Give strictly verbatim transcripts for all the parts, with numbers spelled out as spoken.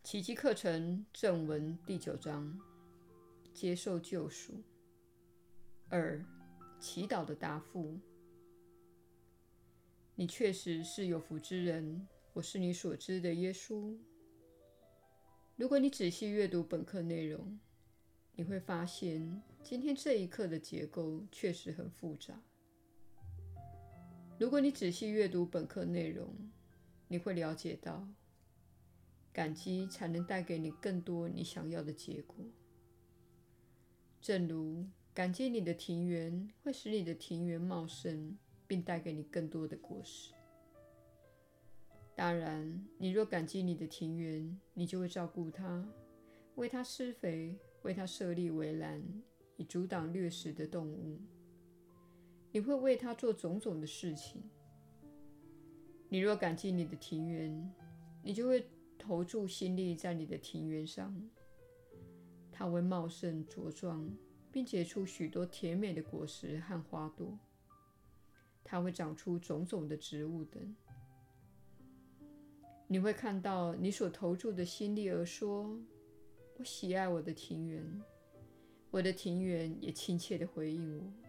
奇迹课程正文第九章：接受救赎。二、祈祷的答复。你确实是有福之人，我是你所知的耶稣。如果你仔细阅读本课内容，你会发现今天这一课的结构确实很复杂。如果你仔细阅读本课内容，你会了解到，感激才能带给你更多你想要的结果。正如感激你的庭园会使你的庭园茂盛，并带给你更多的果实。当然，你若感激你的庭园，你就会照顾它，为它施肥，为它设立围栏，以阻挡掠食的动物。你会为它做种种的事情。你若感激你的庭园，你就会投注心力在你的庭园上，它会茂盛茁壮，并结出许多甜美的果实和花朵。它会长出种种的植物等。你会看到你所投注的心力而说：“我喜爱我的庭园，我的庭园也亲切地回应我。”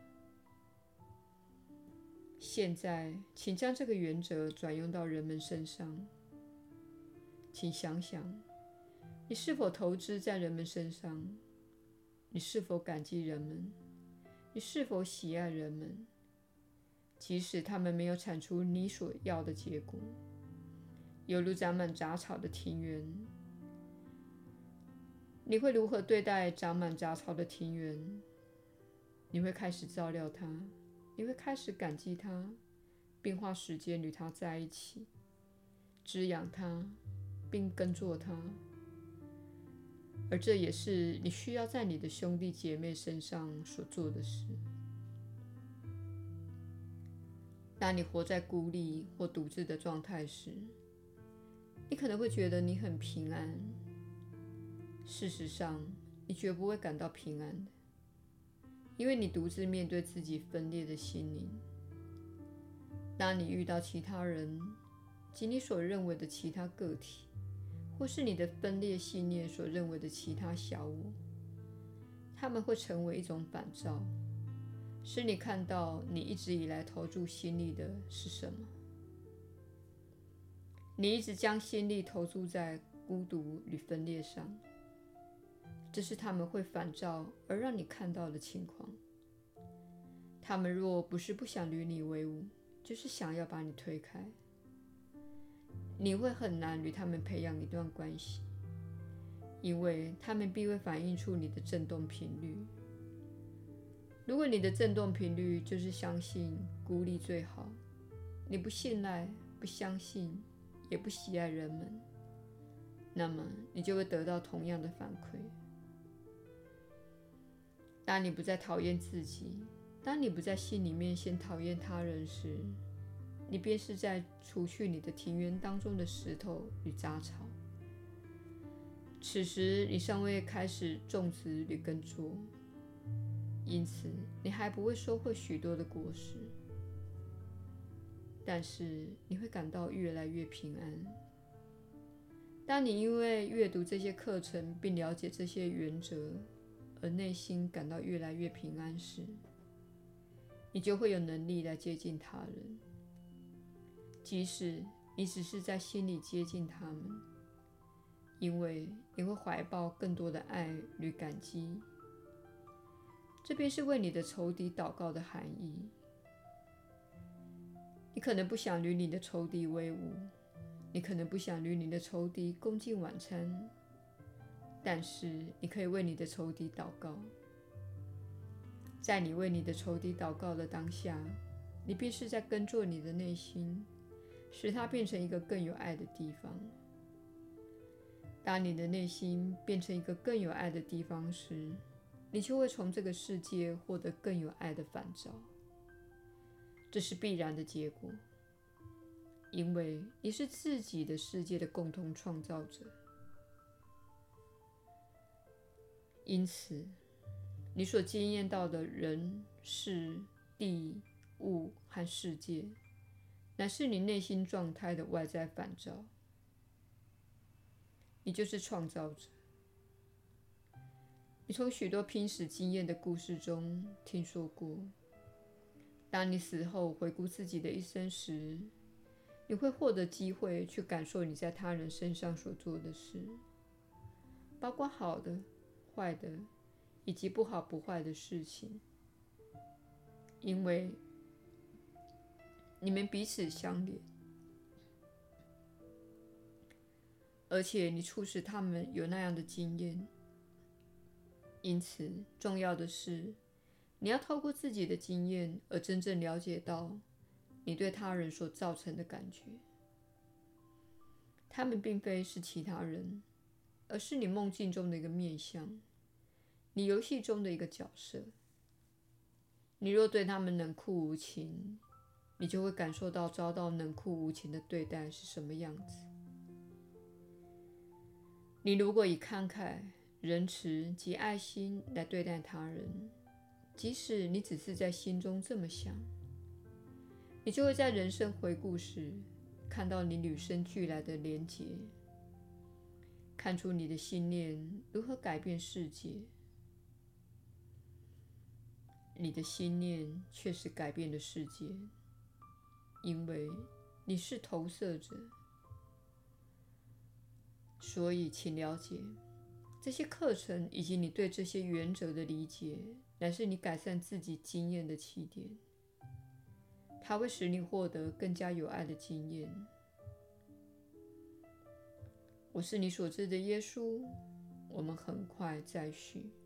现在，请将这个原则转用到人们身上。请想想，你是否投资在人们身上？你是否感激人们？你是否喜爱人们？即使他们没有产出你所要的结果，犹如长满杂草的庭园，你会如何对待长满杂草的庭园？你会开始照料它，你会开始感激它，并花时间与它在一起，滋养它，并耕作它。而这也是你需要在你的兄弟姐妹身上所做的事。当你活在孤立或独自的状态时，你可能会觉得你很平安。事实上，你绝不会感到平安的，因为你独自面对自己分裂的心灵。当你遇到其他人及你所认为的其他个体，或是你的分裂信念所认为的其他小我，他们会成为一种反照，使你看到你一直以来投注心力的是什么。你一直将心力投注在孤独与分裂上，这是他们会反照而让你看到的情况。他们若不是不想与你为伍，就是想要把你推开。你会很难与他们培养一段关系，因为他们必会反映出你的振动频率。如果你的振动频率就是相信孤立最好，你不信赖、不相信，也不喜爱人们，那么你就会得到同样的反馈。当你不再讨厌自己，当你不在心里面先讨厌他人时，你便是在除去你的庭园当中的石头与杂草。此时你尚未开始种植与耕作，因此你还不会收获许多的果实。但是你会感到越来越平安。当你因为阅读这些课程并了解这些原则，而内心感到越来越平安时，你就会有能力来接近他人。即使你只是在心里接近他们，因为你会怀抱更多的爱与感激。这便是为你的仇敌祷告的含义。你可能不想与你的仇敌为伍，你可能不想与你的仇敌共进晚餐，但是你可以为你的仇敌祷告。在你为你的仇敌祷告的当下，你便是在耕作你的内心，使它变成一个更有爱的地方。当你的内心变成一个更有爱的地方时，你就会从这个世界获得更有爱的反照。这是必然的结果，因为你是自己的世界的共同创造者。因此，你所经验到的人、事、地、物和世界，乃是你内心状态的外在反照。 你就是创造者。你从许多濒死经验的故事中听说过，当你死后回顾自己的一生时，你会获得机会去感受你在他人身上所做的事，包括好的、坏的，以及不好不坏的事情，因为你们彼此相连，而且你促使他们有那样的经验。因此，重要的是，你要透过自己的经验而真正了解到你对他人所造成的感觉。他们并非是其他人，而是你梦境中的一个面向，你游戏中的一个角色。你若对他们冷酷无情，你就会感受到遭到冷酷无情的对待是什么样子。你如果以慷慨、仁慈及爱心来对待他人，即使你只是在心中这么想，你就会在人生回顾时看到你与生俱来的连结，看出你的信念如何改变世界。你的信念确实改变了世界，因为你是投射者。所以请了解，这些课程以及你对这些原则的理解，乃是你改善自己经验的起点。它会使你获得更加有爱的经验。我是你所知的耶稣，我们很快再续。